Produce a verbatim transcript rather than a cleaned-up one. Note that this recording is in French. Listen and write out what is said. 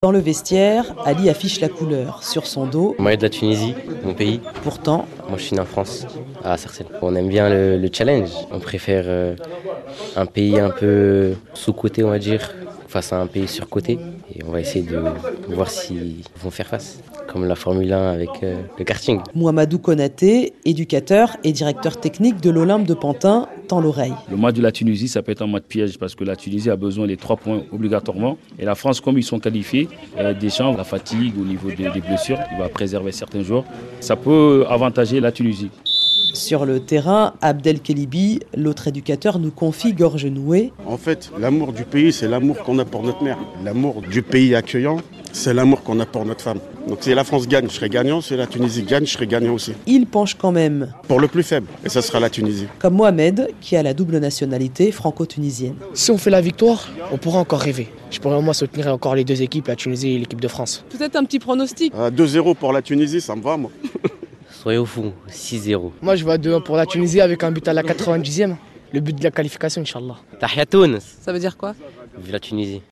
Dans le vestiaire, Ali affiche la couleur. Sur son dos, Moi, de la Tunisie, mon pays. pourtant, Moi, je suis né en France, à Sarcelles. On aime bien le, le challenge. On préfère euh, un pays un peu sous-coté, on va dire, face à un pays surcoté. Et on va essayer de voir s'ils vont faire face, comme la Formule un avec euh, le karting. Mouhamadou Konaté, éducateur et directeur technique de l'Olympe de Pantin, tend l'oreille. Le match de la Tunisie, ça peut être un match piège parce que la Tunisie a besoin des trois points obligatoirement. Et la France, comme ils sont qualifiés, euh, Deschamps, la fatigue au niveau des, des blessures, il va préserver certains joueurs. Ça peut avantager la Tunisie. Sur le terrain, Abdel Kelibi, l'autre éducateur, nous confie gorge nouée. En fait, l'amour du pays, c'est l'amour qu'on a pour notre mère. L'amour du pays accueillant, c'est l'amour qu'on a pour notre femme. Donc si la France gagne, je serai gagnant. Si la Tunisie gagne, je serai gagnant aussi. Il penche quand même, Pour le plus faible, et ça sera la Tunisie. comme Mohamed, qui a la double nationalité franco-tunisienne. Si on fait la victoire, on pourra encore rêver. Je pourrais au moins soutenir encore les deux équipes, la Tunisie et l'équipe de France. Peut-être un petit pronostic. À deux zéro pour la Tunisie, ça me va, moi. Soyez au fond, six zéro. Moi, je vais à deux un pour la Tunisie avec un but à la quatre-vingt-dixième. Le but de la qualification, Inch'Allah. Tahia Tunis, Ça veut dire quoi? vive la Tunisie.